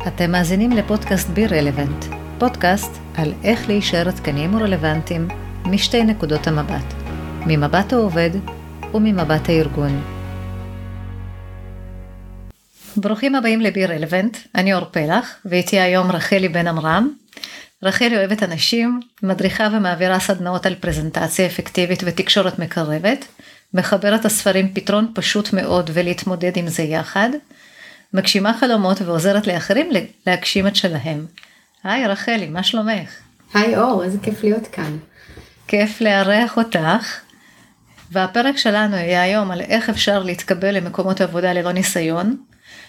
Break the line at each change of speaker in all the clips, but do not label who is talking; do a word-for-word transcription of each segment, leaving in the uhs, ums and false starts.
אתם מאזינים לפודקאסט בי רלוונט, פודקאסט על איך להישאר עדכניים ורלוונטיים משתי נקודות המבט, ממבט העובד וממבט הארגון. ברוכים הבאים לבי רלוונט, אני אור פלח, ואיתי היום רחלי בן אמרם. רחלי אוהבת אנשים, מדריכה ומעבירה סדנאות על פרזנטציה אפקטיבית ותקשורת מקרבת, מחברת הספרים פתרון פשוט מאוד ולהתמודד עם זה יחד, מגשימה חלומות ועוזרת לאחרים להגשים את שלהם. היי רחלי, מה שלומך?
היי אור, איזה כיף להיות כאן.
כיף לארח אותך, והפרק שלנו יהיה היום על איך אפשר להתקבל למקומות עבודה ללא ניסיון,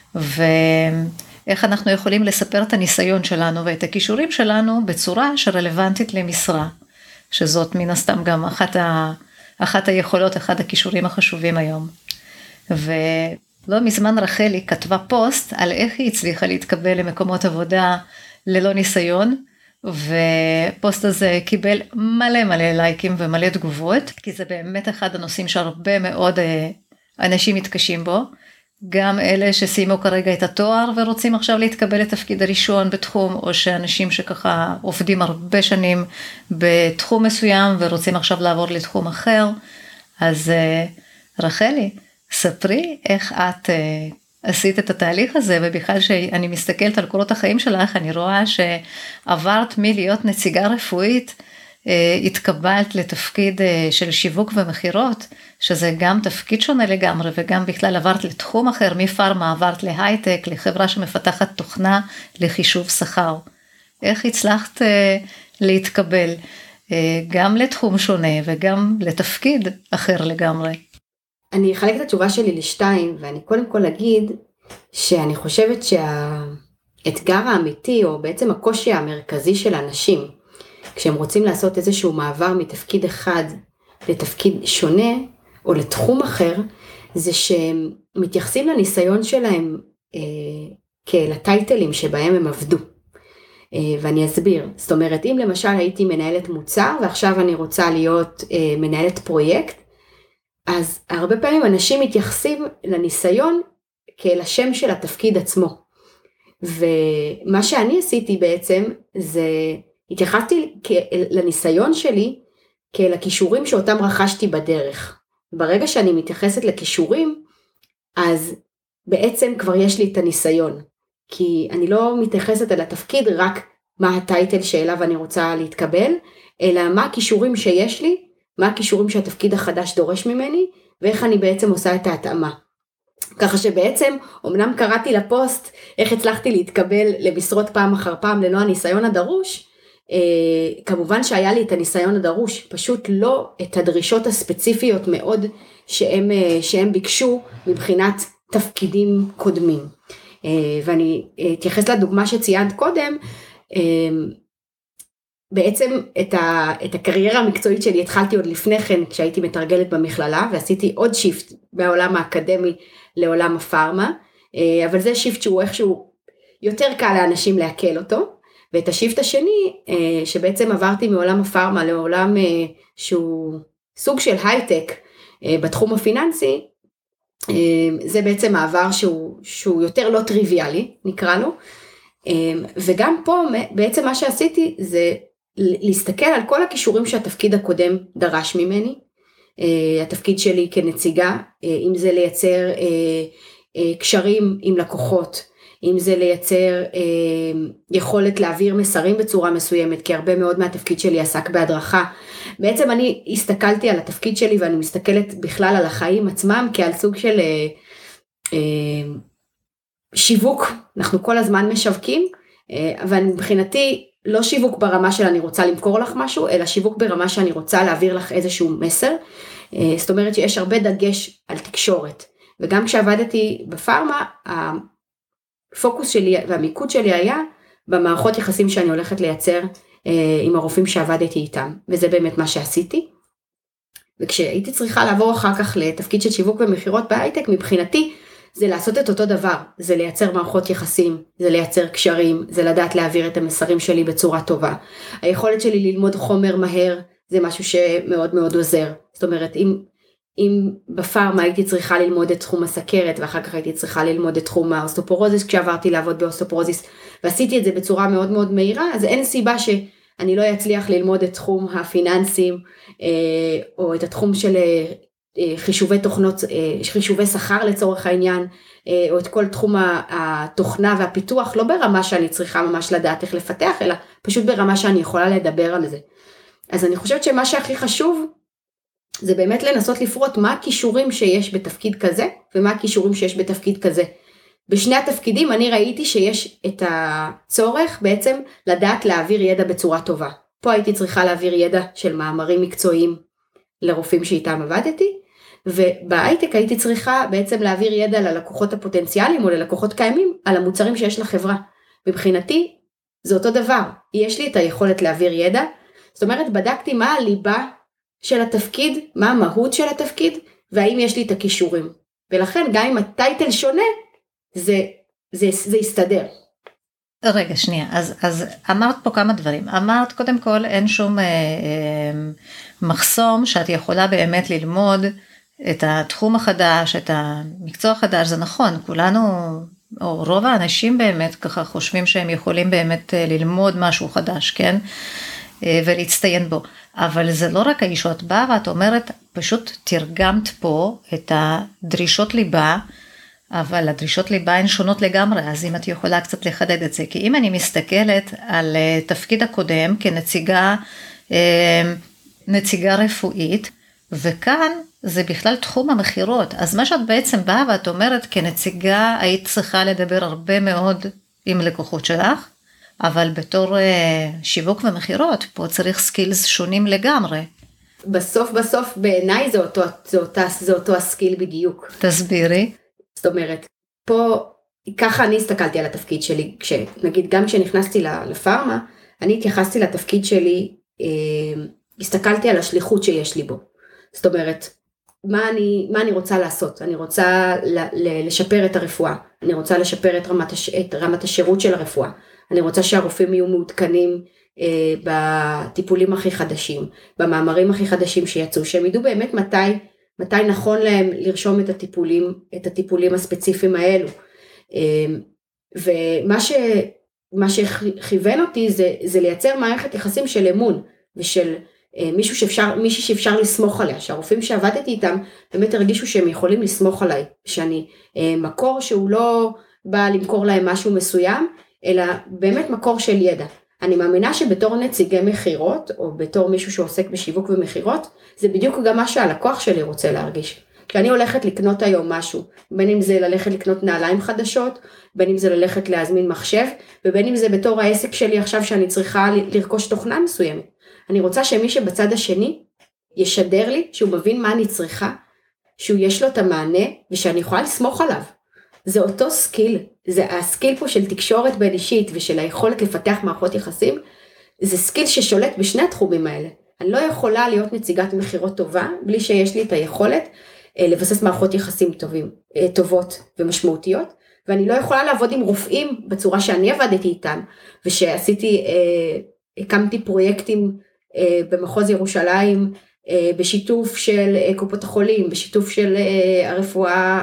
ואיך אנחנו יכולים לספר את הניסיון שלנו ואת הכישורים שלנו בצורה שרלוונטית למשרה, שזאת מן הסתם גם אחת, ה... אחת היכולות, אחד הכישורים החשובים היום. ו... לא מזמן רחלי כתבה פוסט על איך היא הצליחה להתקבל למקומות עבודה ללא ניסיון, ופוסט הזה קיבל מלא מלא לייקים ומלא תגובות, כי זה באמת אחד הנושאים שהרבה מאוד אנשים מתקשים בו, גם אלה שסיימו כרגע את התואר ורוצים עכשיו להתקבל לתפקיד הראשון בתחום, או שאנשים שככה עובדים הרבה שנים בתחום מסוים ורוצים עכשיו לעבור לתחום אחר. אז רחלי, ספרי איך את uh, עשית את התהליך הזה, ובכלל שאני מסתכלת על קורות החיים שלך, אני רואה שעברת מלהיות נציגה רפואית, uh, התקבלת לתפקיד uh, של שיווק ומחירות, שזה גם תפקיד שונה לגמרי, וגם בכלל עברת לתחום אחר, מפארמה עברת להייטק, לחברה שמפתחת תוכנה לחישוב שכר. איך הצלחת uh, להתקבל uh, גם לתחום שונה וגם לתפקיד אחר לגמרי?
אני אחלק את התשובה שלי לשתיים, ואני קודם כל אגיד שאני חושבת שהאתגר האמיתי, או בעצם הקושי המרכזי של אנשים, כשהם רוצים לעשות איזשהו מעבר מתפקיד אחד לתפקיד שונה, או לתחום אחר, זה שהם מתייחסים לניסיון שלהם אה, כלטייטלים שבהם הם עבדו. אה, ואני אסביר. זאת אומרת, אם למשל הייתי מנהלת מוצר, ועכשיו אני רוצה להיות אה, מנהלת פרויקט, אז הרבה פעמים אנשים מתייחסים לניסיון כאל השם של התפקיד עצמו. ומה שאני עשיתי בעצם, זה התייחסתי לניסיון שלי כאל הכישורים שאותם רכשתי בדרך. ברגע שאני מתייחסת לכישורים, אז בעצם כבר יש לי את הניסיון. כי אני לא מתייחסת על התפקיד רק מה הטייטל שאליו אני רוצה להתקבל, אלא מה הכישורים שיש לי, מה הכישורים שהתפקיד החדש דורש ממני, ואיך אני בעצם עושה את ההתאמה. ככה שבעצם, אמנם קראתי לפוסט, איך הצלחתי להתקבל למשרות פעם אחר פעם, ללא הניסיון הדרוש, אה, כמובן שהיה לי את הניסיון הדרוש, פשוט לא את הדרישות הספציפיות מאוד, שהם, אה, שהם ביקשו מבחינת תפקידים קודמים. אה, ואני אתייחס לדוגמה שציינת קודם, אה, בעצם את, ה, את הקריירה המקצועית שלי התחלתי עוד לפני כן כשהייתי מתרגלת במכללה, ועשיתי עוד שיפט מהעולם האקדמי לעולם הפארמה, אבל זה שיפט שהוא איכשהו יותר קל לאנשים להקל אותו, ואת השיפט השני שבעצם עברתי מעולם הפארמה לעולם שהוא סוג של הייטק בתחום הפיננסי, זה בעצם מעבר שהוא, שהוא יותר לא טריוויאלי נקרא לו, וגם פה בעצם מה שעשיתי זה להסתכל על כל הכישורים שהתפקיד הקודם דרש ממני, התפקיד שלי כנציגה, אם זה לייצר קשרים עם לקוחות, אם זה לייצר יכולת להעביר מסרים בצורה מסוימת, כי הרבה מאוד מהתפקיד שלי עסק בהדרכה. בעצם אני הסתכלתי על התפקיד שלי, ואני מסתכלת בכלל על החיים עצמם, כעל סוג של שיווק, אנחנו כל הזמן משווקים, אבל מבחינתי, לא שיווק ברמה של אני רוצה למכור לך משהו, אלא שיווק ברמה שאני רוצה להעביר לך איזשהו מסר. זאת אומרת שיש הרבה דגש על תקשורת. וגם כשעבדתי בפארמה, הפוקוס שלי והמיקוד שלי היה במערכות יחסים שאני הולכת לייצר עם הרופאים שעבדתי איתם. וזה באמת מה שעשיתי. וכשהייתי צריכה לעבור אחר כך לתפקיד של שיווק ומחירות בהייטק, מבחינתי, זה לעשות את אותו דבר, זה לייצר מערכות יחסים, זה לייצר קשרים, זה לדעת להעביר את המסרים שלי בצורה טובה. היכולת שלי ללמוד חומר מהר, זה משהו שמאוד מאוד עוזר. זאת אומרת, אם, אם בפארמה הייתי צריכה ללמוד את תחום הסכרת, ואחר כך הייתי צריכה ללמוד את תחום האוסטופורוזיס, כשעברתי לעבוד באוסטופורוזיס, ועשיתי את זה בצורה מאוד מאוד מהירה, אז אין סיבה שאני לא אצליח ללמוד את תחום הפיננסים, או את התחום של חישובי תוכנות, חישובי שכר לצורך העניין, או את כל תחום התוכנה והפיתוח, לא ברמה שאני צריכה ממש לדעת איך לפתח, אלא פשוט ברמה שאני יכולה לדבר על זה. אז אני חושבת שמה שהכי חשוב, זה באמת לנסות לפרוט מה הכישורים שיש בתפקיד כזה, ומה הכישורים שיש בתפקיד כזה. בשני התפקידים אני ראיתי שיש את הצורך בעצם לדעת להעביר ידע בצורה טובה. פה הייתי צריכה להעביר ידע של מאמרים מקצועיים לרופאים שאיתם עבדתי, ובהייטק הייתי צריכה בעצם להעביר ידע ללקוחות הפוטנציאליים או ללקוחות קיימים על המוצרים שיש לחברה. מבחינתי זה אותו דבר, יש לי את היכולת להעביר ידע, זאת אומרת בדקתי מה הליבה של התפקיד, מה המהות של התפקיד, והאם יש לי את הכישורים. ולכן גם אם הטייטל שונה, זה, זה, זה יסתדר.
רגע, שנייה, אז, אז אמרת פה כמה דברים. אמרת, קודם כל, אין שום אה, אה, מחסום שאת יכולה באמת ללמוד את התחום החדש, את המקצוע החדש, זה נכון, כולנו, או רוב האנשים באמת ככה חושבים שהם יכולים באמת ללמוד משהו חדש, כן? ולהצטיין בו. אבל זה לא רק האישו, את באה ואת אומרת, פשוט תרגמת פה את הדרישות ליבה, אבל הדרישות ליבה הן שונות לגמרי, אז אם את יכולה קצת לחדד את זה, כי אם אני מסתכלת על תפקיד הקודם כנציגה, נציגה רפואית, וכאן זה בכלל תחום המחירות, אז מה שאת בעצם באה ואת אומרת, כנציגה היית צריכה לדבר הרבה מאוד עם לקוחות שלך, אבל בתור שיווק ומחירות, פה צריך סקילס שונים לגמרי.
בסוף בסוף בעיניי זה אותו, זה אותה, זה אותו הסקיל בדיוק.
תסבירי.
זאת אומרת, פה, ככה אני הסתכלתי על התפקיד שלי, כשנגיד גם כשנכנסתי לפארמה, אני התייחסתי לתפקיד שלי, אה, הסתכלתי על השליחות שיש לי בו. זאת אומרת, מה אני, מה אני רוצה לעשות? אני רוצה לשפר את הרפואה, אני רוצה לשפר את רמת, את רמת השירות של הרפואה, אני רוצה שהרופאים יהיו מעודכנים אה, בטיפולים הכי חדשים, במאמרים הכי חדשים שיצאו, שהם ידעו באמת מתי, מתי נכון להם לרשום את הטיפולים, את הטיפולים הספציפיים האלו. אה, ומה ש, מה שכיוון אותי זה, זה לייצר מערכת יחסים של אמון, ושל אה, מישהו שאפשר, מישהי שאפשר לסמוך עליה, שהרופאים שעבדתי איתם באמת הרגישו שהם יכולים לסמוך עליי, שאני אה, מקור שהוא לא בא למכור להם משהו מסוים, אלא באמת מקור של ידע. אני מאמינה שבתור נציגי מחירות, או בתור מישהו שעוסק בשיווק ומחירות, זה בדיוק גם מה שהלקוח שלי רוצה להרגיש. כשאני הולכת לקנות היום משהו, בין אם זה ללכת לקנות נעליים חדשות, בין אם זה ללכת להזמין מחשב, ובין אם זה בתור העסק שלי עכשיו שאני צריכה לרכוש תוכנה מסוימת. אני רוצה שמי שבצד השני ישדר לי שהוא מבין מה אני צריכה, שהוא יש לו את המענה, ושאני יכולה לסמוך עליו. זה אותו סקיל, זה הסקיל פה של תקשורת בין אישית ושל היכולת לפתח מערכות יחסים, זה סקיל ששולט בשני התחומים האלה. אני לא יכולה להיות נציגת מחירות טובה, בלי שיש לי את היכולת לבסס מערכות יחסים טובים, טובות ומשמעותיות, ואני לא יכולה לעבוד עם רופאים בצורה שאני עבדתי איתם, ושעשיתי, הקמתי פרויקטים במחוז ירושלים, בשיתוף של קופות החולים, בשיתוף של הרפואה,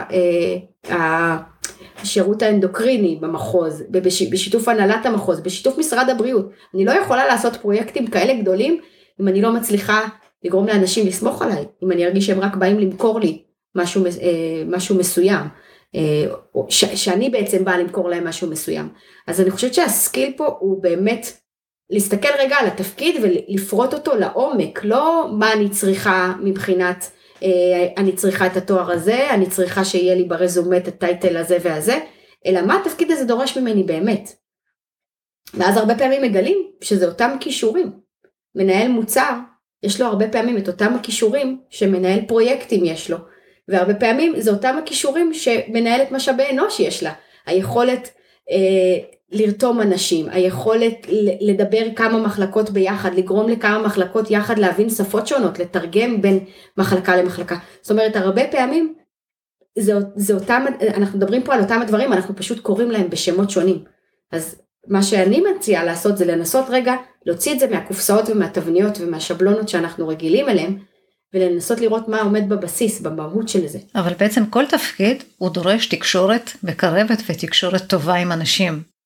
השירות האנדוקריני במחוז, בשיתוף הנהלת המחוז, בשיתוף משרד הבריאות. אני לא יכולה לעשות פרויקטים כאלה גדולים, אם אני לא מצליחה לגרום לאנשים לסמוך עליי, אם אני ארגיש שהם רק באים למכור לי משהו, משהו מסוים, ש, שאני בעצם באה למכור להם משהו מסוים. אז אני חושבת שהסקיל פה הוא באמת להסתכל רגע על התפקיד ולפרוט אותו לעומק, לא מה אני צריכה מבחינת, אני צריכה את התואר הזה, אני צריכה שיהיה לי ברזומה את הטייטל הזה והזה, אלא מה התפקיד הזה דורש ממני באמת. ואז הרבה פעמים מגלים שזה אותם כישורים. מנהל מוצר, יש לו הרבה פעמים את אותם הכישורים שמנהל פרויקטים יש לו, והרבה פעמים זה אותם הכישורים שמנהלת משאבי אנוש יש לה, היכולת אה, לרתום אנשים, היכולת לדבר כמה מחלקות ביחד, לגרום לכמה מחלקות יחד להבין שפות שונות, לתרגם בין מחלקה למחלקה. זאת אומרת, הרבה פעמים זה, זה אותם, אנחנו מדברים פה על אותם הדברים, אנחנו פשוט קוראים להם בשמות שונים. אז מה שאני מציעה לעשות זה לנסות רגע, להוציא את זה מהקופסאות ומהתבניות ומהשבלונות שאנחנו רגילים אליהם, ולנסות לראות מה עומד בבסיס, במהות של זה.
אבל בעצם כל תפקיד הוא דורש תקשורת מקרבת ותקשורת טובה עם אנשים.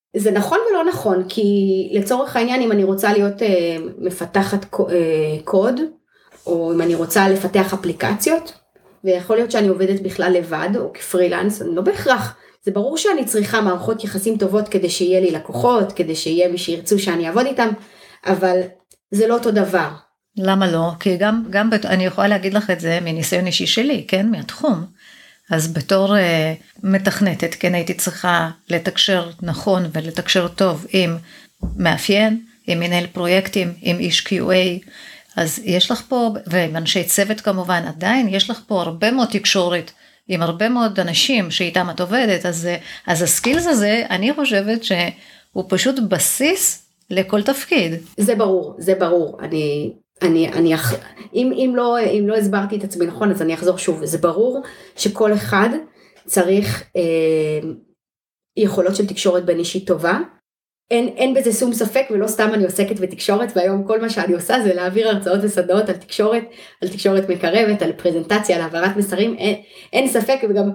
זה נכון ולא נכון, כי לצורך העניין, אם אני רוצה להיות אה, מפתחת אה, קוד, או אם אני רוצה לפתח אפליקציות, ויכול להיות שאני עובדת בכלל לבד, או כפרילנס, אני לא בהכרח, זה ברור שאני צריכה מערכות יחסים טובות, כדי שיהיה לי לקוחות, כדי שיהיה מי שירצו שאני אעבוד איתם, אבל זה לא אותו דבר.
למה לא? כי גם, גם אני יכולה להגיד לך את זה מניסיון אישי שלי, כן, מהתחום. אז בתור uh, מתכנתת, כן, הייתי צריכה לתקשר נכון ולתקשר טוב עם מאפיין, עם מנהל פרויקטים, עם איש קיו איי, אז יש לך פה, ועם אנשי צוות כמובן, עדיין יש לך פה הרבה מאוד תקשורת, עם הרבה מאוד אנשים שאיתם את עובדת, אז, אז הסקילס הזה, אני חושבת שהוא פשוט בסיס לכל תפקיד.
זה ברור, זה ברור, אני... אני, אני, אם, אם לא, אם לא הסברתי את עצמי נכון, אז אני אחזור שוב. זה ברור שכל אחד צריך אה, יכולות של תקשורת בין אישית טובה. אין, אין בזה שום ספק, ולא סתם אני עוסקת בתקשורת, והיום כל מה שאני עושה זה להעביר הרצאות וסדנאות על תקשורת, על תקשורת מקרבת, על פרזנטציה, על העברת מסרים. אין, אין ספק, וגם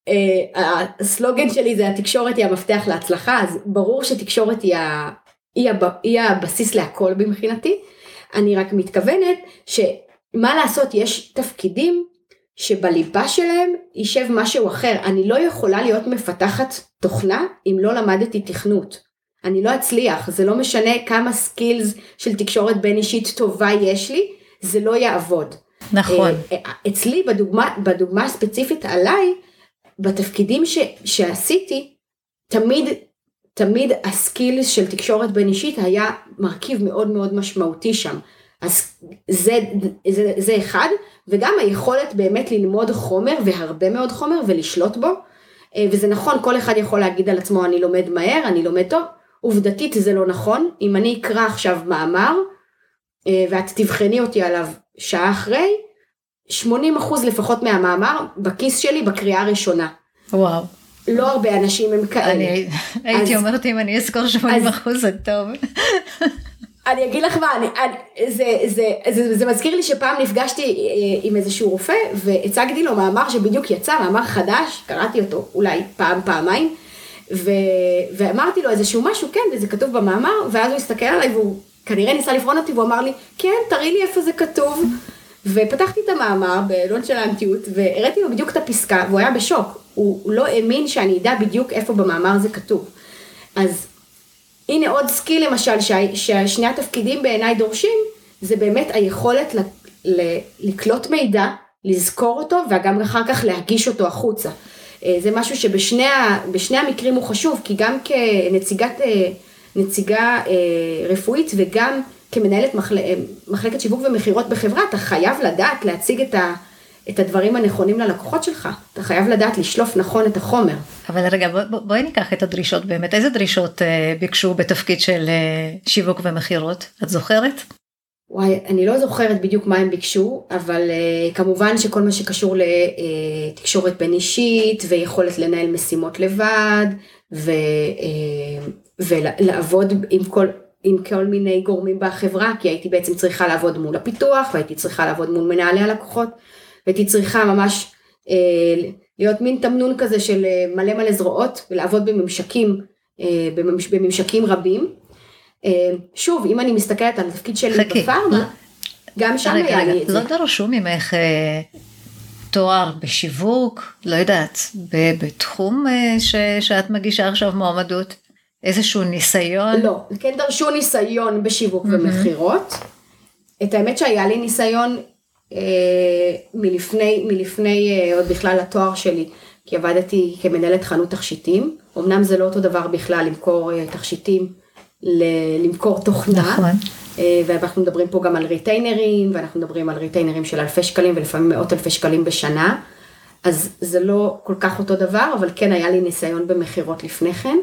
אה, הסלוגן שלי זה התקשורת היא המפתח להצלחה, אז ברור שתקשורת היא, ה, היא, הב, היא הבסיס להכל במחינתי. אני רק מתכוונת שמה לעשות, יש תפקידים שבליבה שלהם יישב משהו אחר. אני לא יכולה להיות מפתחת תוכנה אם לא למדתי תכנות. אני לא אצליח, זה לא משנה כמה סקילס של תקשורת בין אישית טובה יש לי, זה לא יעבוד.
נכון.
אצלי בדוגמה, בדוגמה הספציפית עליי, בתפקידים ש, שעשיתי, תמיד תמיד הסקילס של תקשורת בין אישית היה מרכיב מאוד מאוד משמעותי שם. אז זה, זה, זה אחד, וגם היכולת באמת ללמוד חומר, והרבה מאוד חומר, ולשלוט בו. וזה נכון, כל אחד יכול להגיד על עצמו, אני לומד מהר, אני לומד טוב. עובדתית זה לא נכון. אם אני אקרא עכשיו מאמר, ואת תבחני אותי עליו שעה אחרי, שמונים אחוז לפחות מהמאמר, בכיס שלי בקריאה הראשונה.
וואו.
לא הרבה אנשים הם כאלה.
אני הייתי אומרת אם אני אזכור שמונים אחוז זה טוב.
אני אגיד לך מה, זה מזכיר לי שפעם נפגשתי עם איזשהו רופא, והצגתי לו מאמר שבדיוק יצא, מאמר חדש, קראתי אותו אולי פעם, פעמיים, ואמרתי לו איזשהו משהו, כן, וזה כתוב במאמר, ואז הוא הסתכל עליי, והוא כנראה ניסה לפרון אותי, והוא אמר לי, כן, תראי לי איפה זה כתוב, ופתחתי את המאמר בנונשלנטיות, והראיתי לו בדיוק את הפסקה, והוא היה בשוק. הוא לא האמין שאני אדע בדיוק איפה במאמר זה כתוב. אז הנה עוד סקיל למשל, ששני התפקידים בעיניי דורשים, זה באמת היכולת לקלוט מידע, לזכור אותו, וגם אחר כך להגיש אותו החוצה. זה משהו שבשני בשני המקרים הוא חשוב, כי גם כנציגת, נציגה רפואית, וגם כמנהלת מחלקת שיווק ומחירות בחברה, אתה חייב לדעת להציג את ה... את הדברים הנכונים ללקוחות שלך. אתה חייב לדעת לשלוף נכון את החומר.
אבל רגע, בוא, בואי ניקח את הדרישות באמת. איזה דרישות אה, ביקשו בתפקיד של אה, שיווק ומחירות? את זוכרת?
וואי, אני לא זוכרת בדיוק מה הם ביקשו, אבל אה, כמובן שכל מה שקשור לתקשורת בין אישית, ויכולת לנהל משימות לבד, ו, אה, ולעבוד עם כל... עם כל מיני גורמים בחברה, כי הייתי בעצם צריכה לעבוד מול הפיתוח, והייתי צריכה לעבוד מול מנהלי הלקוחות, והייתי צריכה ממש אה, להיות מין תמנון כזה של אה, מלא מלא זרועות, ולעבוד בממשקים, אה, בממש, בממשקים רבים. אה, שוב, אם אני מסתכלת על התפקיד שלי חכי, בפארמה, לא, גם שם היה לי את זה.
לא דרשו ממך אה, תואר בשיווק, לא יודעת, בתחום אה, ש, שאת מגישה עכשיו מועמדות? איזשהו ניסיון?
לא, כן דרשו ניסיון בשיווק mm-hmm. ומחירות. את האמת שהיה לי ניסיון אה, מלפני, מלפני אה, עוד בכלל התואר שלי, כי עבדתי כמנהלת חנות תכשיטים. אמנם זה לא אותו דבר בכלל למכור אה, תכשיטים, ל- למכור תוכנה.
נכון.
אה, ואנחנו מדברים פה גם על ריטיינרים, ואנחנו מדברים על ריטיינרים של אלפי שקלים, ולפעמים מאות אלפי שקלים בשנה. אז זה לא כל כך אותו דבר, אבל כן היה לי ניסיון במחירות לפני כן.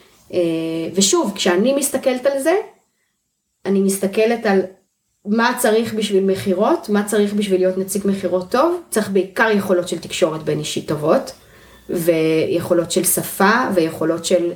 ושוב, כשאני מסתכלת על זה, אני מסתכלת על מה צריך בשביל מחירות, מה צריך בשביל להיות נציג מחירות טוב, צריך בעיקר יכולות של תקשורת בין אישית טובות, ויכולות של שפה, ויכולות של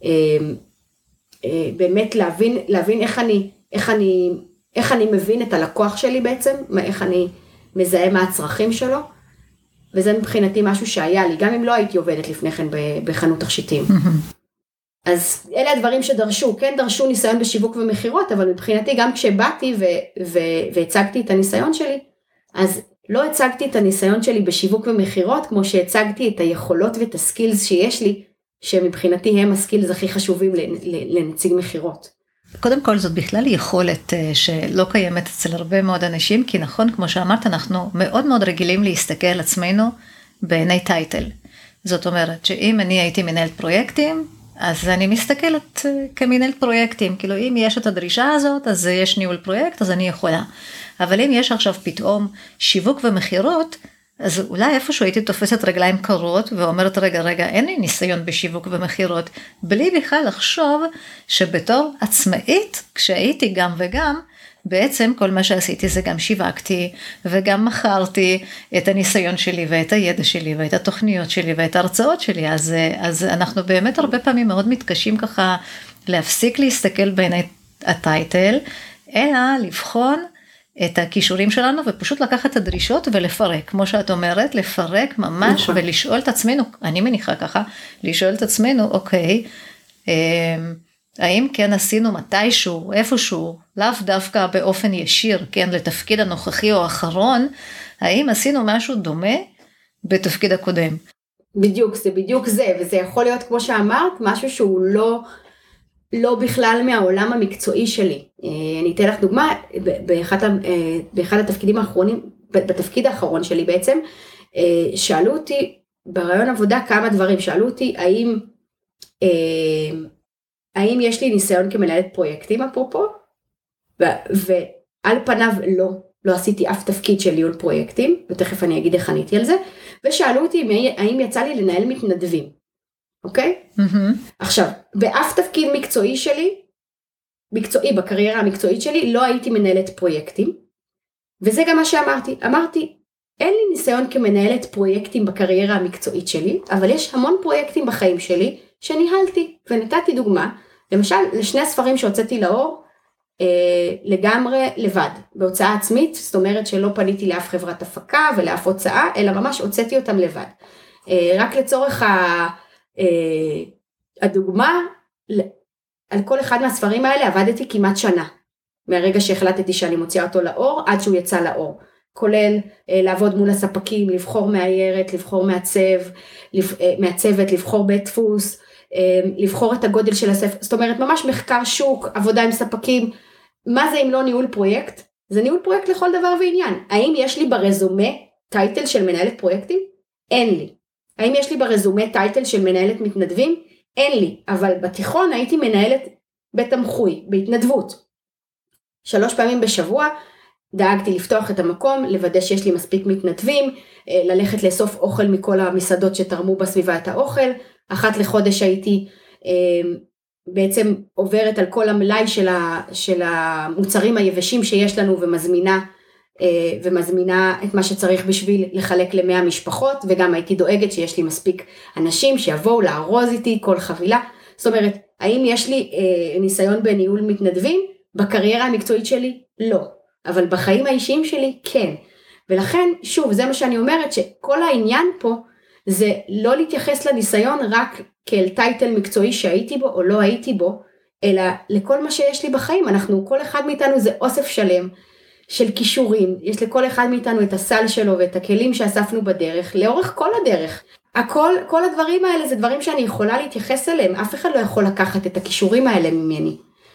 באמת להבין, להבין איך אני, איך אני, איך אני מבין את הלקוח שלי בעצם, איך אני מזהה מה הצרכים שלו, וזה מבחינתי משהו שהיה לי, גם אם לא הייתי עובדת לפני כן בחנות תכשיטים. אז אלה הדברים שדרשו, כן דרשו ניסיון בשיווק ומחירות, אבל מבחינתי גם כשבאתי ו- ו- והצגתי את הניסיון שלי, אז לא הצגתי את הניסיון שלי בשיווק ומחירות, כמו שהצגתי את היכולות ואת הסקילס שיש לי, שמבחינתי הם הסקילס הכי חשובים לנציג מחירות.
קודם כל זאת בכלל יכולת שלא קיימת אצל הרבה מאוד אנשים, כי נכון, כמו שאמרת, אנחנו מאוד מאוד רגילים להסתכל על עצמנו בעיני טייטל. זאת אומרת שאם אני הייתי מנהלת פרויקטים, אז אני מסתכלת כמנהלת פרויקטים, כאילו אם יש את הדרישה הזאת, אז יש ניהול פרויקט, אז אני יכולה. אבל אם יש עכשיו פתאום שיווק ומחירות, אז אולי איפשהו הייתי תופסת רגליים קרות, ואומרת רגע רגע, אין לי ניסיון בשיווק ומחירות, בלי בכלל לחשוב שבתור עצמאית, כשהייתי גם וגם, בעצם כל מה שעשיתי זה גם שיווקתי, וגם מכרתי את הניסיון שלי, ואת הידע שלי, ואת התוכניות שלי, ואת ההרצאות שלי, אז, אז אנחנו באמת הרבה פעמים מאוד מתקשים ככה, להפסיק להסתכל בעיני הטייטל, אלא לבחון את הכישורים שלנו, ופשוט לקחת את הדרישות ולפרק, כמו שאת אומרת, לפרק ממש, נכון. ולשאול את עצמנו, אני מניחה ככה, לשאול את עצמנו, אוקיי, האם כן עשינו מתישהו, איפשהו, לאו דווקא באופן ישיר, כן, לתפקיד הנוכחי או האחרון, האם עשינו משהו דומה בתפקיד הקודם?
בדיוק, זה בדיוק זה, וזה יכול להיות, כמו שאמרת, משהו שהוא לא, לא בכלל מהעולם המקצועי שלי. אני אתן לך דוגמה, באחד, באחד התפקידים האחרונים, בתפקיד האחרון שלי בעצם, שאלו אותי ברעיון עבודה כמה דברים, שאלו אותי האם, האם יש לי ניסיון כמנהלת פרויקטים אפרופו, ועל פניו לא, לא עשיתי אף תפקיד של ניהול פרויקטים, ותכף אני אגיד איך עניתי על זה, ושאלו אותי האם יצא לי לנהל מתנדבים, אוקיי? Mm-hmm. עכשיו, באף תפקיד מקצועי שלי, מקצועי, בקריירה המקצועית שלי, לא הייתי מנהלת פרויקטים, וזה גם מה שאמרתי, אמרתי, אין לי ניסיון כמנהלת פרויקטים בקריירה המקצועית שלי, אבל יש המון פרויקטים בחיים שלי, שניהלתי, ונתתי דוגמה, למשל, לשני הספרים שהוצאתי לאור, אה, לגמרי לבד, בהוצאה עצמית, זאת אומרת שלא פניתי לאף חברת הפקה ולאף הוצאה, אלא ממש הוצאתי אותם לבד. אה, רק לצורך ה, אה, הדוגמה, על כל אחד מהספרים האלה עבדתי כמעט שנה, מהרגע שהחלטתי שאני מוציאה אותו לאור, עד שהוא יצא לאור, כולל אה, לעבוד מול הספקים, לבחור מהעיירת, לבחור מעצב, לפ, אה, מעצבת, לבחור בית דפוס, לבחור את הגודל של הספר, זאת אומרת ממש מחקר שוק, עבודה עם ספקים, מה זה אם לא ניהול פרויקט? זה ניהול פרויקט לכל דבר ועניין. האם יש לי ברזומה טייטל של מנהלת פרויקטים? אין לי. האם יש לי ברזומה טייטל של מנהלת מתנדבים? אין לי, אבל בתיכון הייתי מנהלת בתמחוי, בהתנדבות. שלוש פעמים בשבוע דאגתי לפתוח את המקום, לוודא שיש לי מספיק מתנדבים, ללכת לאסוף אוכל מכל המסעדות שתרמו בסביבה את האוכל, אחת לחודש הייתי אה, בעצם עוברת על כל המלאי של, ה, של המוצרים היבשים שיש לנו ומזמינה, אה, ומזמינה את מה שצריך בשביל לחלק למאה משפחות, וגם הייתי דואגת שיש לי מספיק אנשים שיבואו לארוז איתי כל חבילה. זאת אומרת, האם יש לי אה, ניסיון בניהול מתנדבים? בקריירה המקצועית שלי? לא. אבל בחיים האישיים שלי? כן. ולכן, שוב, זה מה שאני אומרת, שכל העניין פה, זה לא להתייחס לניסיון רק כאל טייטל מקצועי שהייתי בו או לא הייתי בו, אלא לכל מה שיש לי בחיים. אנחנו, כל אחד מאיתנו זה אוסף שלם של כישורים, יש לכל אחד מאיתנו את הסל שלו ואת הכלים שאספנו בדרך, לאורך כל הדרך. הכל, כל הדברים האלה זה דברים שאני יכולה להתייחס אליהם, אף אחד לא יכול לקחת את הכישורים האלה ממני.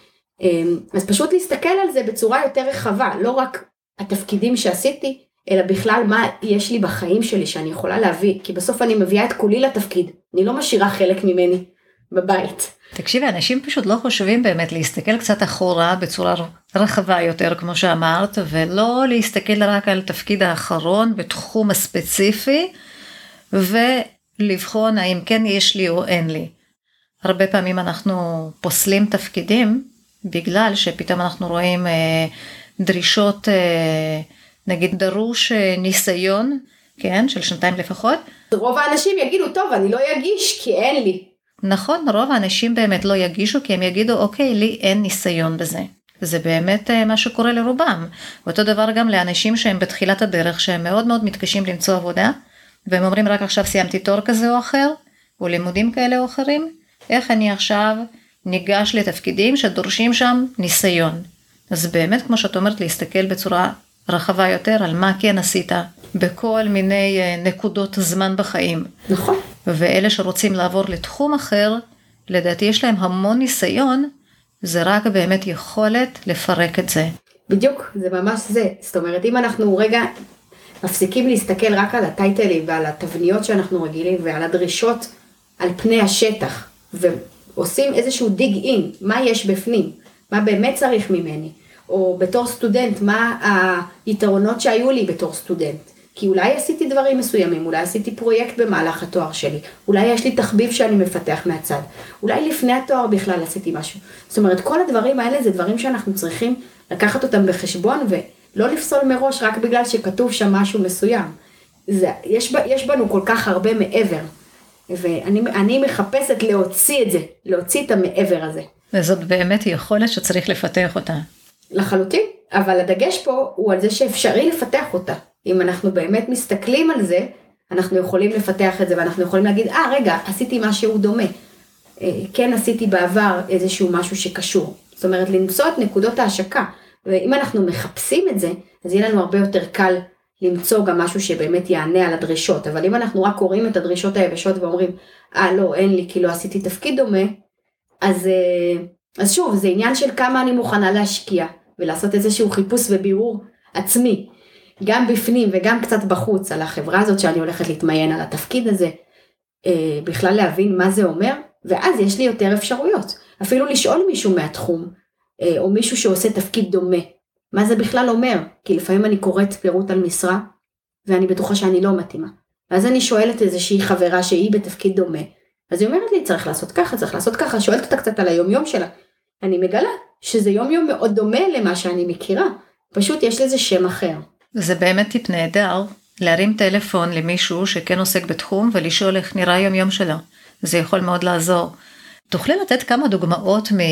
אז פשוט להסתכל על זה בצורה יותר רחבה, לא רק התפקידים שעשיתי, אלא בכלל מה יש לי בחיים שלי שאני יכולה להביא, כי בסוף אני מביאה את כולי לתפקיד, אני לא משאירה חלק ממני בבית.
תקשיבי, אנשים פשוט לא חושבים באמת להסתכל קצת אחורה בצורה רחבה יותר, כמו שאמרת, ולא להסתכל רק על תפקיד האחרון בתחום הספציפי, ולבחון האם כן יש לי או אין לי. הרבה פעמים אנחנו פוסלים תפקידים, בגלל שפתאום אנחנו רואים אה, דרישות, אה, נגיד דרוש ניסיון, כן, של שנתיים לפחות.
רוב האנשים יגידו, טוב, אני לא אגיש כי אין לי.
נכון, רוב האנשים באמת לא יגישו, כי הם יגידו, אוקיי, לי אין ניסיון בזה. זה באמת מה שקורה לרובם. ואותו דבר גם לאנשים שהם בתחילת הדרך, שהם מאוד מאוד מתקשים למצוא עבודה, והם אומרים, רק עכשיו סיימתי תואר כזה או אחר, או לימודים כאלה או אחרים, איך אני עכשיו ניגש לתפקידים שדורשים שם ניסיון. אז באמת, כמו שאת אומרת, להסתכל בצורה רחבה יותר על מה כן עשית בכל מיני נקודות זמן בחיים.
נכון.
ואלה שרוצים לעבור לתחום אחר, לדעתי יש להם המון ניסיון, זה רק באמת יכולת לפרק את זה.
בדיוק, זה ממש זה. זאת אומרת, אם אנחנו רגע מפסיקים להסתכל רק על הטייטלים ועל התבניות שאנחנו רגילים ועל הדרישות על פני השטח, ועושים איזשהו דיג אין, מה יש בפנים, מה באמת צריך ממני, או בתור סטודנט, מה היתרונות שהיו לי בתור סטודנט. כי אולי עשיתי דברים מסוימים, אולי עשיתי פרויקט במהלך התואר שלי, אולי יש לי תחביב שאני מפתח מהצד, אולי לפני התואר בכלל עשיתי משהו. זאת אומרת, כל הדברים האלה זה דברים שאנחנו צריכים לקחת אותם בחשבון, ולא לפסול מראש רק בגלל שכתוב שם משהו מסוים. זה, יש, יש בנו כל כך הרבה מעבר, ואני אני מחפשת להוציא את זה, להוציא את המעבר הזה.
וזאת באמת יכולת שצריך לפתח אותה.
לחלוטין, אבל הדגש פה הוא על זה שאפשרי לפתח אותה. אם אנחנו באמת מסתכלים על זה, אנחנו יכולים לפתח את זה, ואנחנו יכולים להגיד, אה, רגע, עשיתי משהו דומה. כן, עשיתי בעבר איזשהו משהו שקשור. זאת אומרת, למצוא את נקודות ההשקה. ואם אנחנו מחפשים את זה, אז יהיה לנו הרבה יותר קל למצוא גם משהו שבאמת יענה על הדרישות. אבל אם אנחנו רק קוראים את הדרישות היבשות ואומרים, אה, לא, אין לי, כי לא עשיתי תפקיד דומה, אז, אז שוב, זה עניין של כמה אני מוכנה להשקיע, ולעשות איזשהו חיפוש ובירור עצמי. גם בפנים וגם קצת בחוץ על החברה הזאת שאני הולכת להתמיין על התפקיד הזה, בכלל להבין מה זה אומר, ואז יש לי יותר אפשרויות. אפילו לשאול מישהו מהתחום, או מישהו שעושה תפקיד דומה, מה זה בכלל אומר? כי לפעמים אני קוראת פירוט על משרה, ואני בטוחה שאני לא מתאימה. ואז אני שואלת איזושהי חברה שהיא בתפקיד דומה, אז היא אומרת לי, צריך לעשות ככה, צריך לעשות ככה, שואלת אותה קצת על היום יום שלה. אני מגלה שזה יום יום מאוד דומה למה שאני מכירה, פשוט יש לזה שם אחר.
זה באמת טיפ נהדר, להרים טלפון למישהו שכן עוסק בתחום, ולשאול איך נראה היום יום שלו. זה יכול מאוד לעזור. תוכלי לתת כמה דוגמאות מ...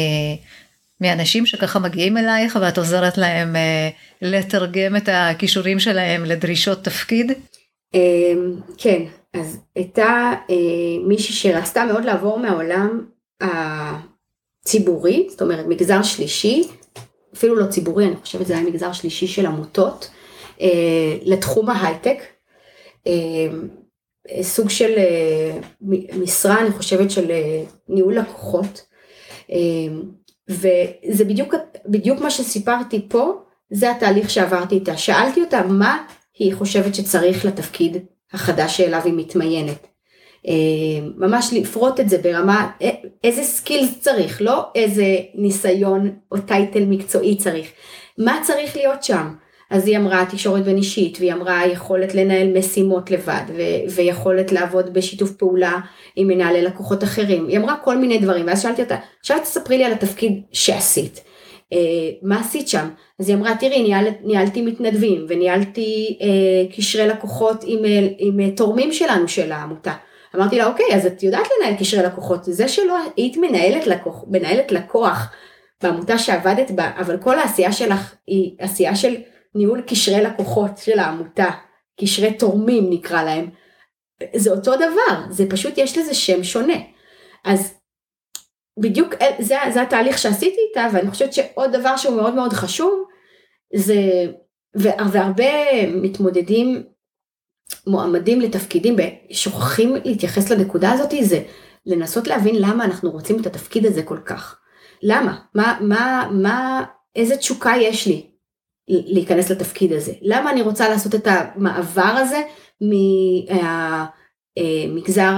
מאנשים שככה מגיעים אלייך, ואת עוזרת להם לתרגם את הכישורים שלהם לדרישות תפקיד?
כן, אז הייתה מישהי שרצתה מאוד לעבור מהעולם הציבורי, זאת אומרת מגזר שלישי, אפילו לא ציבורי, אני חושבת זה היה מגזר שלישי של עמותות, לתחום ההייטק, סוג של משרה, אני חושבת של ניהול לקוחות, וזה בדיוק, בדיוק מה שסיפרתי פה, זה התהליך שעברתי איתה. שאלתי אותה מה היא חושבת שצריך לתפקיד החדש שאליו היא מתמיינת. ממש לפרוט את זה ברמה, איזה סקילס צריך, לא איזה ניסיון או טייטל מקצועי צריך. מה צריך להיות שם? אז היא אמרה תקשורת בין אישית, והיא אמרה יכולת לנהל משימות לבד, ו- ויכולת לעבוד בשיתוף פעולה עם מנהלי לקוחות אחרים. היא אמרה כל מיני דברים, ואז שאלתי אותה, עכשיו תספרי לי על התפקיד שעשית. אה, מה עשית שם? אז היא אמרה, תראי, ניהל, ניהלתי מתנדבים, וניהלתי אה, קשרי לקוחות עם, עם, עם תורמים שלנו של העמותה. אמרתי לה, אוקיי, אז את יודעת לנהל קשרי לקוחות, זה שלא היית מנהלת לקוח, מנהלת לקוח בעמותה שעבדת בה, אבל כל העשייה שלך היא עשייה של ניהול קשרי לקוחות של העמותה, קשרי תורמים נקרא להם, זה אותו דבר, זה פשוט יש לזה שם שונה. אז בדיוק זה, זה התהליך שעשיתי איתה, ואני חושבת שעוד דבר שהוא מאוד מאוד חשוב, זה, והרבה מתמודדים, מועמדים לתפקידים, שוכחים להתייחס לנקודה הזאת, זה לנסות להבין למה אנחנו רוצים את התפקיד הזה כל כך. למה? מה, מה, מה, איזה תשוקה יש לי להיכנס לתפקיד הזה? למה אני רוצה לעשות את המעבר הזה ממגזר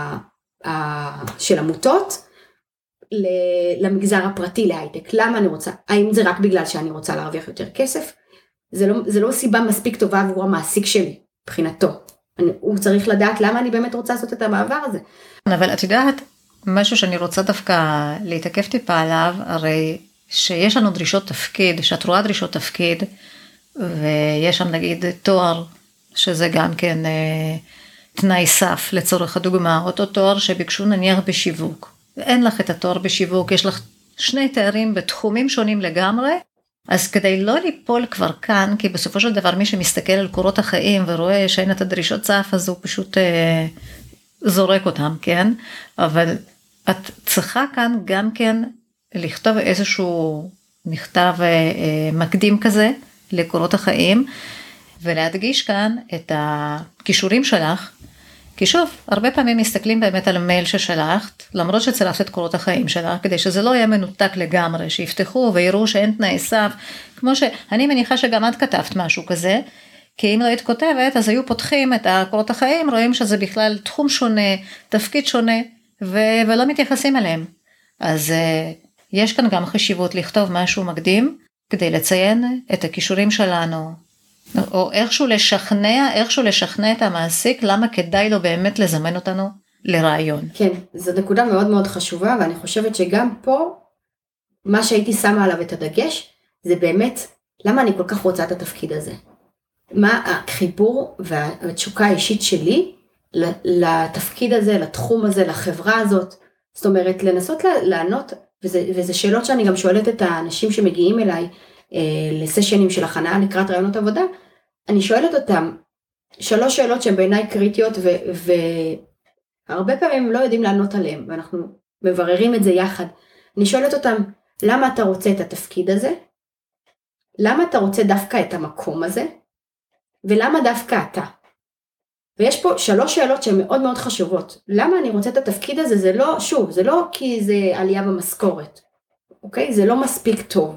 של עמותות למגזר הפרטי להייטק? למה אני רוצה? האם זה רק בגלל שאני רוצה להרוויח יותר כסף? זה לא, זה לא סיבה מספיק טובה עבור המעסיק שלי, מבחינתו. אני, הוא צריך לדעת למה אני באמת רוצה לעשות את המעבר הזה.
אבל את יודעת, משהו שאני רוצה דווקא להתעכב טיפה עליו, הרי שיש לנו דרישות תפקיד, שאת רואה דרישות תפקיד, ויש שם נגיד תואר, שזה גם כן אה, תנאי סף לצורך הדוגמה, אותו תואר שביקשו נניח בשיווק. אין לך את התואר בשיווק, יש לך שני תארים בתחומים שונים לגמרי, אז כדי לא ליפול כבר כאן, כי בסופו של דבר מי שמסתכל על קורות החיים ורואה שאין את הדרישות סף, אז הוא פשוט אה, זורק אותם, כן? אבל את צריכה כאן גם כן לכתוב איזשהו מכתב מקדים כזה לקורות החיים, ולהדגיש כאן את הכישורים שלך, כי שוב, הרבה פעמים מסתכלים באמת על המייל ששלחת, למרות שצלחת את קורות החיים שלך, כדי שזה לא יהיה מנותק לגמרי, שיפתחו ויראו שאין תנאי סף, כמו שאני מניחה שגם את כתבת משהו כזה, כי אם לא היית כותבת, אז היו פותחים את הקורות החיים, רואים שזה בכלל תחום שונה, תפקיד שונה, ו- ולא מתייחסים אליהם. אז uh, יש כאן גם חשיבות לכתוב משהו מקדים, כדי לציין את הכישורים שלנו, או איכשהו לשכנע, איכשהו לשכנע את המעסיק, למה כדאי לו באמת לזמן אותנו לרעיון.
כן, זו נקודה מאוד מאוד חשובה, ואני חושבת שגם פה, מה שהייתי שמה עליו את הדגש, זה באמת, למה אני כל כך רוצה את התפקיד הזה? מה החיבור והתשוקה האישית שלי לתפקיד הזה, לתחום הזה, לחברה הזאת? זאת אומרת, לנסות לענות, וזה, וזה שאלות שאני גם שואלת את האנשים שמגיעים אליי, לסשנים של הכנה לקראת רעיונות עבודה, אני שואלת אותם שלוש שאלות שהן בעיניי קריטיות, והרבה פעמים לא יודעים לענות עליהן, ואנחנו מבררים את זה יחד. אני שואלת אותם, למה אתה רוצה את התפקיד הזה? למה אתה רוצה דווקא את המקום הזה? ולמה דווקא אתה? ויש פה שלוש שאלות שהן מאוד מאוד חשובות. למה אני רוצה את התפקיד הזה? זה לא, שוב, זה לא כי זה עלייה במשכורת, אוקיי? זה לא מספיק טוב.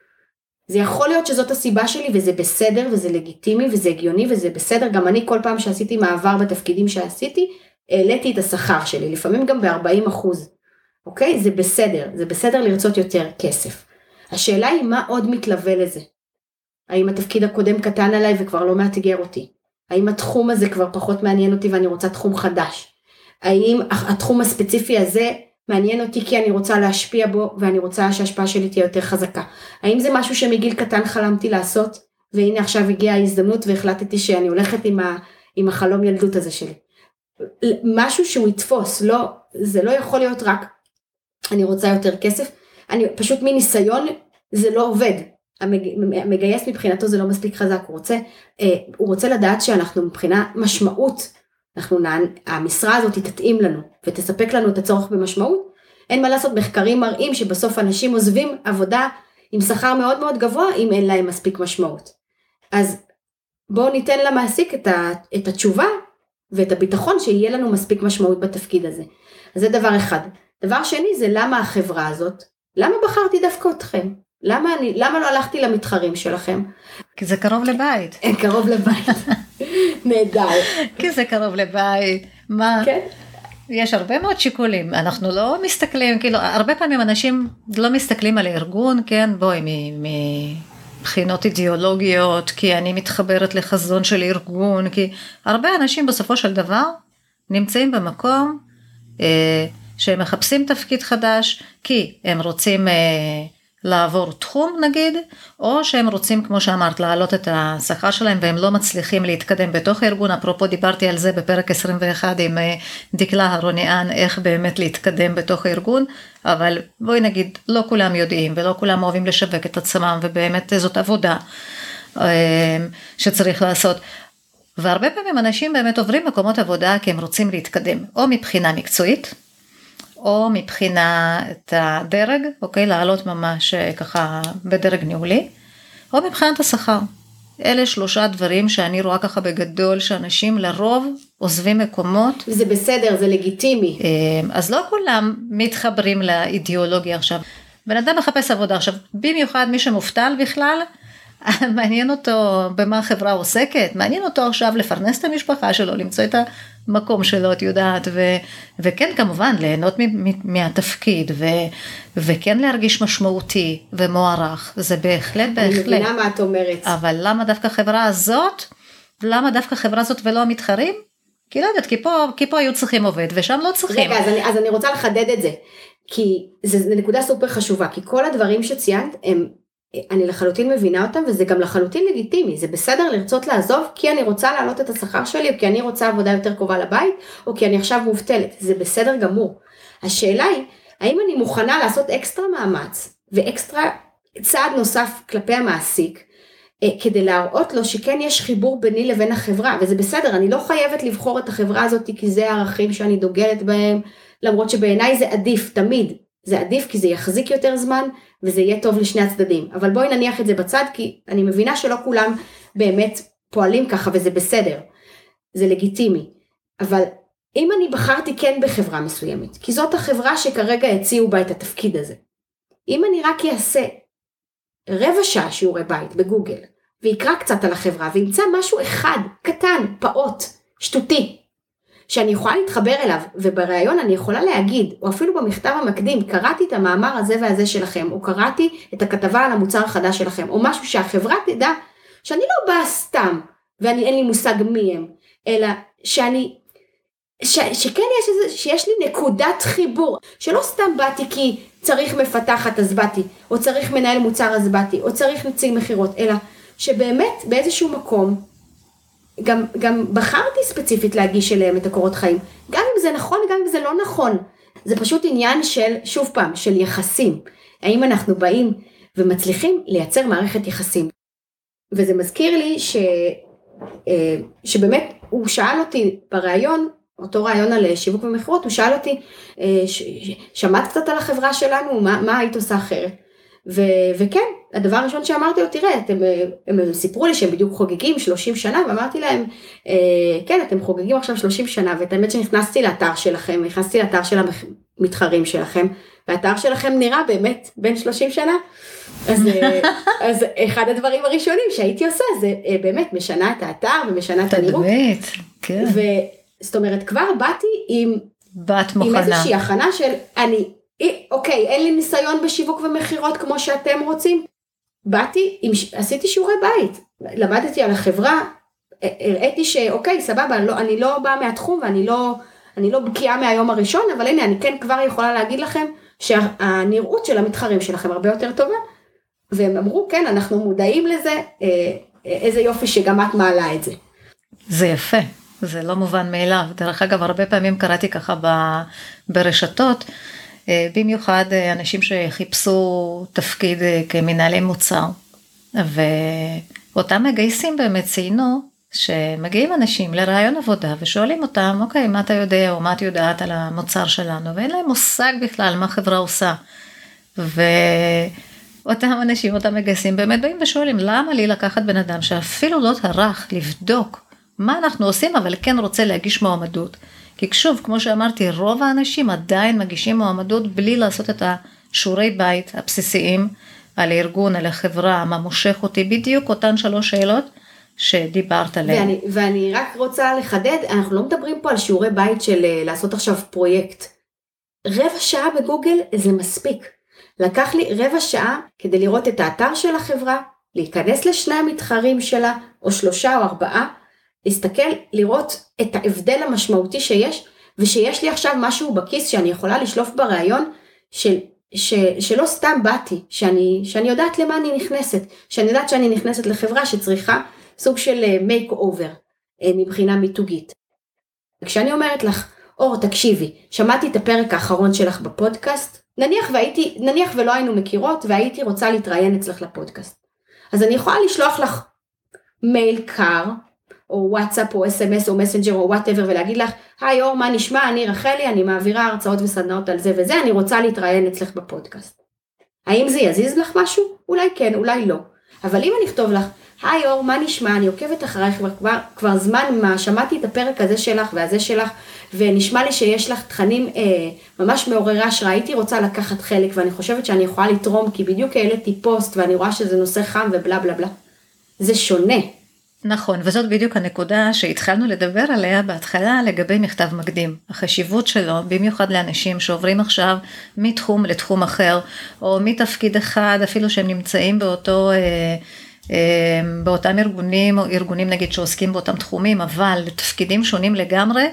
זה יכול להיות שזאת הסיבה שלי, וזה בסדר, וזה לגיטימי, וזה הגיוני, וזה בסדר. גם אני כל פעם שעשיתי מעבר בתפקידים שעשיתי, העליתי את השכר שלי, לפעמים גם ב-ארבעים אחוז. אוקיי? זה בסדר, זה בסדר לרצות יותר כסף. השאלה היא מה עוד מתלווה לזה? האם התפקיד הקודם קטן עליי וכבר לא מאתגר אותי? האם התחום הזה כבר פחות מעניין אותי ואני רוצה תחום חדש? האם התחום הספציפי הזה מעניין אותי כי אני רוצה להשפיע בו, ואני רוצה שההשפעה שלי תהיה יותר חזקה? האם זה משהו שמגיל קטן חלמתי לעשות, והנה עכשיו הגיעה ההזדמנות והחלטתי שאני הולכת עם, ה, עם החלום ילדות הזה שלי? משהו שהוא יתפוס, לא, זה לא יכול להיות רק, אני רוצה יותר כסף, אני פשוט מניסיון, זה לא עובד. המגייס מבחינתו זה לא מספיק חזק, הוא רוצה, הוא רוצה לדעת שאנחנו מבחינה משמעות, אנחנו, המשרה הזאת תתאים לנו, ותספק לנו את הצורך במשמעות. אין מה לעשות, מחקרים מראים שבסוף אנשים עוזבים עבודה עם שכר מאוד מאוד גבוה, אם אין להם מספיק משמעות. אז בואו ניתן למעסיק את, ה, את התשובה, ואת הביטחון שיהיה לנו מספיק משמעות בתפקיד הזה. אז זה דבר אחד. דבר שני זה למה החברה הזאת, למה בחרתי דווקא אתכם? למה, אני, למה לא הלכתי למתחרים שלכם?
כי זה קרוב לבית.
קרוב לבית. נהדר.
כי זה קרוב לבית. מה?
כן.
יש הרבה מאוד שיקולים. אנחנו לא מסתכלים, כאילו, הרבה פעמים אנשים לא מסתכלים על הארגון, כן? בואי, מבחינות אידיאולוגיות, כי אני מתחברת לחזון של ארגון, כי הרבה אנשים בסופו של דבר נמצאים במקום אה, שהם מחפשים תפקיד חדש, כי הם רוצים אה, לעבור תחום נגיד, או שהם רוצים, כמו שאמרת, להעלות את השכר שלהם, והם לא מצליחים להתקדם בתוך הארגון. אפרופו דיברתי על זה בפרק עשרים ואחת עם דקלה הרוניאן, איך באמת להתקדם בתוך הארגון, אבל בואי נגיד, לא כולם יודעים, ולא כולם אוהבים לשווק את עצמם, ובאמת זאת עבודה שצריך לעשות. והרבה פעמים אנשים באמת עוברים מקומות עבודה, כי הם רוצים להתקדם, או מבחינה מקצועית, או מבחינת הדרג, אוקיי, לעלות ממש ככה בדרג ניהולי, או מבחינת השכר. אלה שלושה דברים שאני רואה ככה בגדול, שאנשים לרוב עוזבים מקומות.
זה בסדר, זה לגיטימי.
אז לא כולם מתחברים לאידיאולוגיה עכשיו. בן אדם מחפש עבודה עכשיו, במיוחד מי שמופתל בכלל, מעניין אותו במה החברה עוסקת, מעניין אותו עכשיו לפרנס את המשפחה שלו, למצוא את המקום שלו, את יודעת, ו, וכן כמובן ליהנות מהתפקיד, ו, וכן להרגיש משמעותי ומוערך, זה בהחלט, בהחלט.
אני מבינה מה את אומרת.
אבל למה דווקא החברה הזאת, למה דווקא החברה הזאת ולא המתחרים? כי לא יודעת, כי פה, כי פה היו צריכים עובד, ושם לא צריכים.
רגע, אז אני, אז אני רוצה לחדד את זה, כי זה נקודה סופר חשובה, כי כל הדברים שציינת הם, אני לחלוטין מבינה אותם, וזה גם לחלוטין לגיטימי, זה בסדר לרצות לעזוב, כי אני רוצה להעלות את השכר שלי, או כי אני רוצה עבודה יותר קרובה לבית, או כי אני עכשיו מובטלת, זה בסדר גמור. השאלה היא, האם אני מוכנה לעשות אקסטרה מאמץ, ואקסטרה צעד נוסף כלפי המעסיק, כדי להראות לו שכן יש חיבור ביני לבין החברה, וזה בסדר, אני לא חייבת לבחור את החברה הזאת, כי זה הערכים שאני דוגלת בהם, למרות שבעיניי זה עדיף, תמיד זה עדיף, כי זה יחזיק יותר זמן, וזה יהיה טוב לשני הצדדים. אבל בואי נניח את זה בצד, כי אני מבינה שלא כולם באמת פועלים ככה, וזה בסדר. זה לגיטימי. אבל אם אני בחרתי כן בחברה מסוימת, כי זאת החברה שכרגע הציעו בה את התפקיד הזה, אם אני רק אעשה רבע שעה שיעורי בית בגוגל, ויקרא קצת על החברה, וימצא משהו אחד, קטן, פעוט, שטותי, שאני יכולה להתחבר אליו, ובראיון אני יכולה להגיד, או אפילו במכתב המקדים, קראתי את המאמר הזה והזה שלכם, או קראתי את הכתבה על המוצר החדש שלכם, או משהו שהחברה תדע, שאני לא באה סתם, ואני אין לי מושג מי הם, אלא שאני, ש, שכן יש, איזה, שיש לי נקודת חיבור, שלא סתם באתי כי צריך מפתחת אז באתי, או צריך מנהל מוצר אז באתי, או צריך נציג מחירות, אלא שבאמת באיזשהו מקום, גם, גם בחרתי ספציפית להגיש אליהם את הקורות חיים, גם אם זה נכון, גם אם זה לא נכון, זה פשוט עניין של, שוב פעם, של יחסים, האם אנחנו באים ומצליחים לייצר מערכת יחסים, וזה מזכיר לי ש, שבאמת הוא שאל אותי בראיון, אותו רעיון על שיווק ומחירות, הוא שאל אותי, שמעת קצת על החברה שלנו, מה, מה היית עושה אחרת? ו, וכן, הדבר הראשון שאמרתי לו, תראה, אתם, הם, הם סיפרו לי שהם בדיוק חוגגים שלושים שנה, ואמרתי להם, כן, אתם חוגגים עכשיו שלושים שנה, ואת האמת שנכנסתי לאתר שלכם, נכנסתי לאתר של המתחרים שלכם, והאתר שלכם נראה באמת בין שלושים שנה, אז, אז אחד הדברים הראשונים שהייתי עושה, זה באמת משנה את האתר, ומשנה את הנראות.
תדמית, כן.
ו... זאת אומרת, כבר באתי עם,
עם
איזושהי הכנה של, אני, אוקיי, אין לי ניסיון בשיווק ומחירות כמו שאתם רוצים, באתי, עם, עשיתי שיעורי בית, למדתי על החברה, הראיתי שאוקיי, סבבה, לא, אני לא באה מהתחום, ואני לא, אני לא בקיאה מהיום הראשון, אבל הנה, אני כן כבר יכולה להגיד לכם, שהנראות של המתחרים שלכם הרבה יותר טובה, והם אמרו, כן, אנחנו מודעים לזה, איזה יופי שגם את מעלה את זה.
זה יפה. זה לא מובן מאליו. דרך אגב, הרבה פעמים קראתי ככה ברשתות, במיוחד אנשים שחיפשו תפקיד כמנהלי מוצר, ואותם מגייסים באמת ציינו, שמגיעים אנשים לרעיון עבודה, ושואלים אותם, אוקיי, מה אתה יודע, או מה את יודעת על המוצר שלנו, ואין להם מושג בכלל מה חברה עושה, ואותם אנשים, אותם מגייסים, באמת באים ושואלים, למה לי לקחת בן אדם שאפילו לא טרח לבדוק, מה אנחנו עושים, אבל כן רוצה להגיש מועמדות. כי שוב, כמו שאמרתי, רוב האנשים עדיין מגישים מועמדות בלי לעשות את השיעורי בית הבסיסיים על הארגון, על החברה, מה מושך אותי, בדיוק אותן שלוש שאלות שדיברת עליהן.
ואני, ואני רק רוצה לחדד, אנחנו לא מדברים פה על שיעורי בית של לעשות עכשיו פרויקט. רבע שעה בגוגל זה מספיק. לקח לי רבע שעה כדי לראות את האתר של החברה, להיכנס לשני המתחרים שלה, או שלושה או ארבעה, להסתכל, לראות את ההבדל המשמעותי שיש, ושיש לי עכשיו משהו בכיס שאני יכולה לשלוף ברעיון, של, ש, שלא סתם באתי, שאני, שאני יודעת למה אני נכנסת, שאני יודעת שאני נכנסת לחברה שצריכה סוג של make over, מבחינה מיתוגית. כשאני אומרת לך, אור, תקשיבי, שמעתי את הפרק האחרון שלך בפודקאסט, נניח, והייתי, נניח ולא היינו מכירות, והייתי רוצה להתראיין אצלך לפודקאסט. אז אני יכולה לשלוח לך מייל קר, או וואטסאפ, או אס אם אס, או מסנג'ר, או whatever, ולהגיד לך, היי אור, מה נשמע? אני רחלי, אני מעבירה הרצאות וסדנאות על זה וזה, אני רוצה להתראיין אצלך בפודקאסט. האם זה יזיז לך משהו? אולי כן, אולי לא. אבל אם אני אכתוב לך, היי אור, מה נשמע? אני עוקבת אחרייך כבר, כבר, כבר זמן מה, שמעתי את הפרק הזה שלך והזה שלך, ונשמע לי שיש לך תכנים אה, ממש מעוררי השראה, הייתי רוצה לקחת חלק, ואני חושבת שאני יכולה לתרום, כי בדיוק העליתי פוסט, ואני רואה שזה נושא חם ובלה בלה בלה. זה שונה.
נכון, וזאת בדיוק הנקודה שהתחלנו לדבר עליה בהתחלה לגבי מכתב מקדים. החשיבות שלו, במיוחד לאנשים שעוברים עכשיו מתחום לתחום אחר, או מתפקיד אחד, אפילו שהם נמצאים באותו, אה, אה, באותם ארגונים, או ארגונים נגיד שעוסקים באותם תחומים, אבל לתפקידים שונים לגמרי,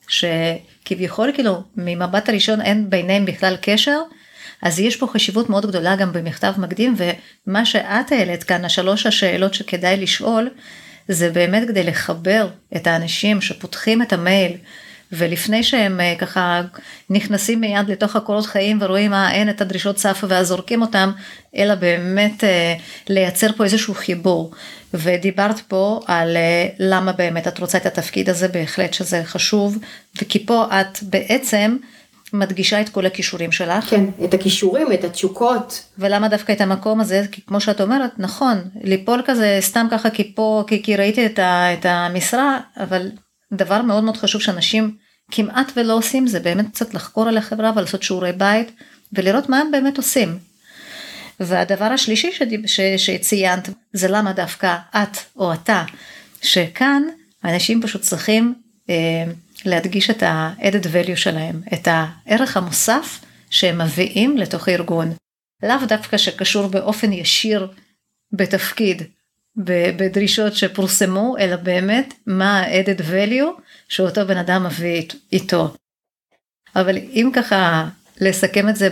שכביכול כאילו ממבט הראשון אין ביניהם בכלל קשר, אז יש פה חשיבות מאוד גדולה גם במכתב מקדים, ומה שאת העלית כאן, השלוש השאלות שכדאי לשאול, זה באמת כדי לחבר את האנשים שפותחים את המייל, ולפני שהם ככה נכנסים מיד לתוך הקורות חיים, ורואים מה אין את הדרישות סף ואז זורקים אותם, אלא באמת לייצר פה איזשהו חיבור. ודיברת פה על למה באמת את רוצה את התפקיד הזה, בהחלט שזה חשוב, וכי פה את בעצם מדגישה את כל הכישורים שלך.
כן, את הכישורים, את התשוקות.
ולמה דווקא את המקום הזה? כי כמו שאת אומרת, נכון, ליפול כזה סתם ככה כי פה, כי, כי ראיתי את, ה, את המשרה, אבל דבר מאוד מאוד חשוב שאנשים כמעט ולא עושים, זה באמת קצת לחקור על החברה ולעשות שיעורי בית, ולראות מה הם באמת עושים. והדבר השלישי ש, שציינת, זה למה דווקא את או אתה, שכאן אנשים פשוט צריכים אה, להדגיש את ה-added value שלהם, את הערך המוסף שהם מביאים לתוך הארגון. לאו דווקא שקשור באופן ישיר בתפקיד, בדרישות שפורסמו, אלא באמת מה ה-added value שאותו בן אדם מביא איתו. אבל אם ככה לסכם את זה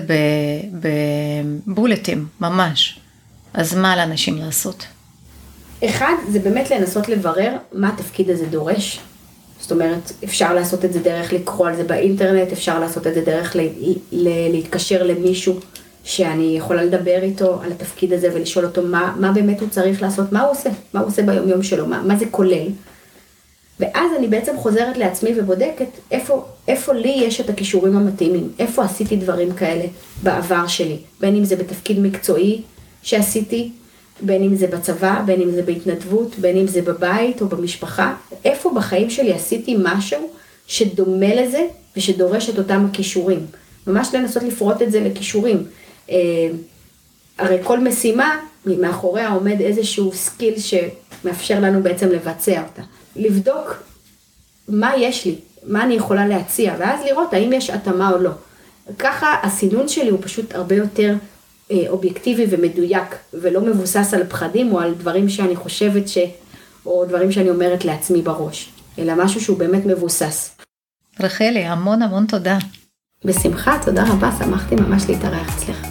בבולטים ממש, אז מה לאנשים לעשות?
אחד, זה באמת לנסות לברר מה התפקיד הזה דורש. זאת אומרת, אפשר לעשות את זה דרך לקרוא על זה באינטרנט, אפשר לעשות את זה דרך ל- ל- להתקשר למישהו שאני יכולה לדבר איתו על התפקיד הזה ולשאול אותו מה, מה באמת הוא צריך לעשות, מה הוא עושה, מה הוא עושה ביום יום שלו, מה, מה זה כולל. ואז אני בעצם חוזרת לעצמי ובודקת איפה, איפה לי יש את הכישורים המתאימים, איפה עשיתי דברים כאלה בעבר שלי, בין אם זה בתפקיד מקצועי שעשיתי, בין אם זה בצבא, בין אם זה בהתנדבות, בין אם זה בבית או במשפחה, איפה בחיים שלי עשיתי משהו שדומה לזה ושדורש את אותם הכישורים. ממש לנסות לפרוט את זה לכישורים. אה, הרי כל משימה, מאחוריה עומד איזשהו סקיל שמאפשר לנו בעצם לבצע אותה. לבדוק מה יש לי, מה אני יכולה להציע, ואז לראות האם יש התאמה או לא. ככה הסינון שלי הוא פשוט הרבה יותר אובייקטיבי ומדויק, ולא מבוסס על פחדים או על דברים שאני חושבת ש... או דברים שאני אומרת לעצמי בראש, אלא משהו שהוא באמת מבוסס.
רחלי, המון המון תודה.
בשמחה, תודה רבה, שמחתי ממש להתארח אצלך.